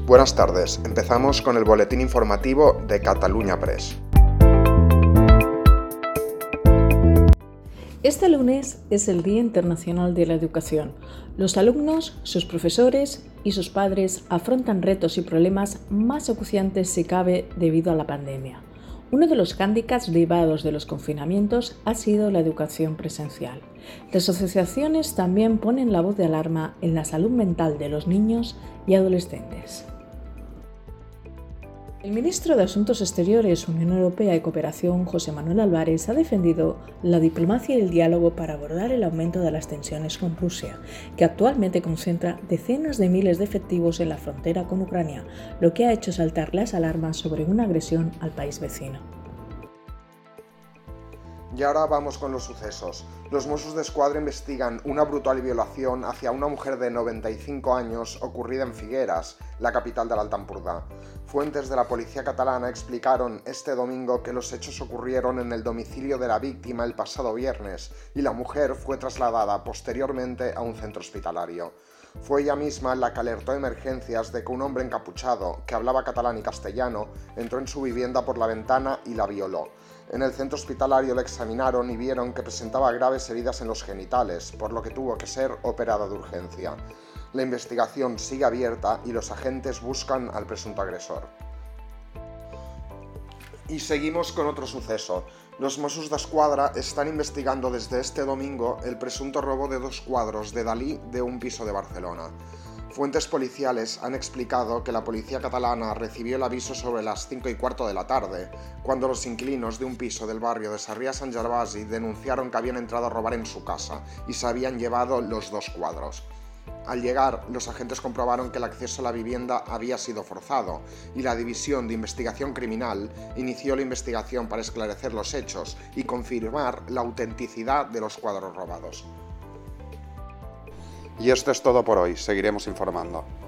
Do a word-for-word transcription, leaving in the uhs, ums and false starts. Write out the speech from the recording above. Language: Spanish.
Buenas tardes, empezamos con el boletín informativo de Catalunya Press. Este lunes es el Día Internacional de la Educación. Los alumnos, sus profesores y sus padres afrontan retos y problemas más acuciantes si cabe debido a la pandemia. Uno de los hándicaps derivados de los confinamientos ha sido la educación presencial. Las asociaciones también ponen la voz de alarma en la salud mental de los niños y adolescentes. El ministro de Asuntos Exteriores, Unión Europea y Cooperación, José Manuel Álvarez, ha defendido la diplomacia y el diálogo para abordar el aumento de las tensiones con Rusia, que actualmente concentra decenas de miles de efectivos en la frontera con Ucrania, lo que ha hecho saltar las alarmas sobre una agresión al país vecino. Y ahora vamos con los sucesos. Los Mossos d'Esquadra investigan una brutal violación hacia una mujer de noventa y cinco años ocurrida en Figueras, la capital del Alt Empordà. Fuentes de la policía catalana explicaron este domingo que los hechos ocurrieron en el domicilio de la víctima el pasado viernes y la mujer fue trasladada posteriormente a un centro hospitalario. Fue ella misma la que alertó a emergencias de que un hombre encapuchado, que hablaba catalán y castellano, entró en su vivienda por la ventana y la violó. En el centro hospitalario la examinaron y vieron que presentaba graves heridas en los genitales, por lo que tuvo que ser operada de urgencia. La investigación sigue abierta y los agentes buscan al presunto agresor. Y seguimos con otro suceso. Los Mossos d'Esquadra están investigando desde este domingo el presunto robo de dos cuadros de Dalí de un piso de Barcelona. Fuentes policiales han explicado que la policía catalana recibió el aviso sobre las cinco y cuarto de la tarde, cuando los inquilinos de un piso del barrio de Sarrià-Sant Gervasi denunciaron que habían entrado a robar en su casa y se habían llevado los dos cuadros. Al llegar, los agentes comprobaron que el acceso a la vivienda había sido forzado y la División de Investigación Criminal inició la investigación para esclarecer los hechos y confirmar la autenticidad de los cuadros robados. Y esto es todo por hoy, seguiremos informando.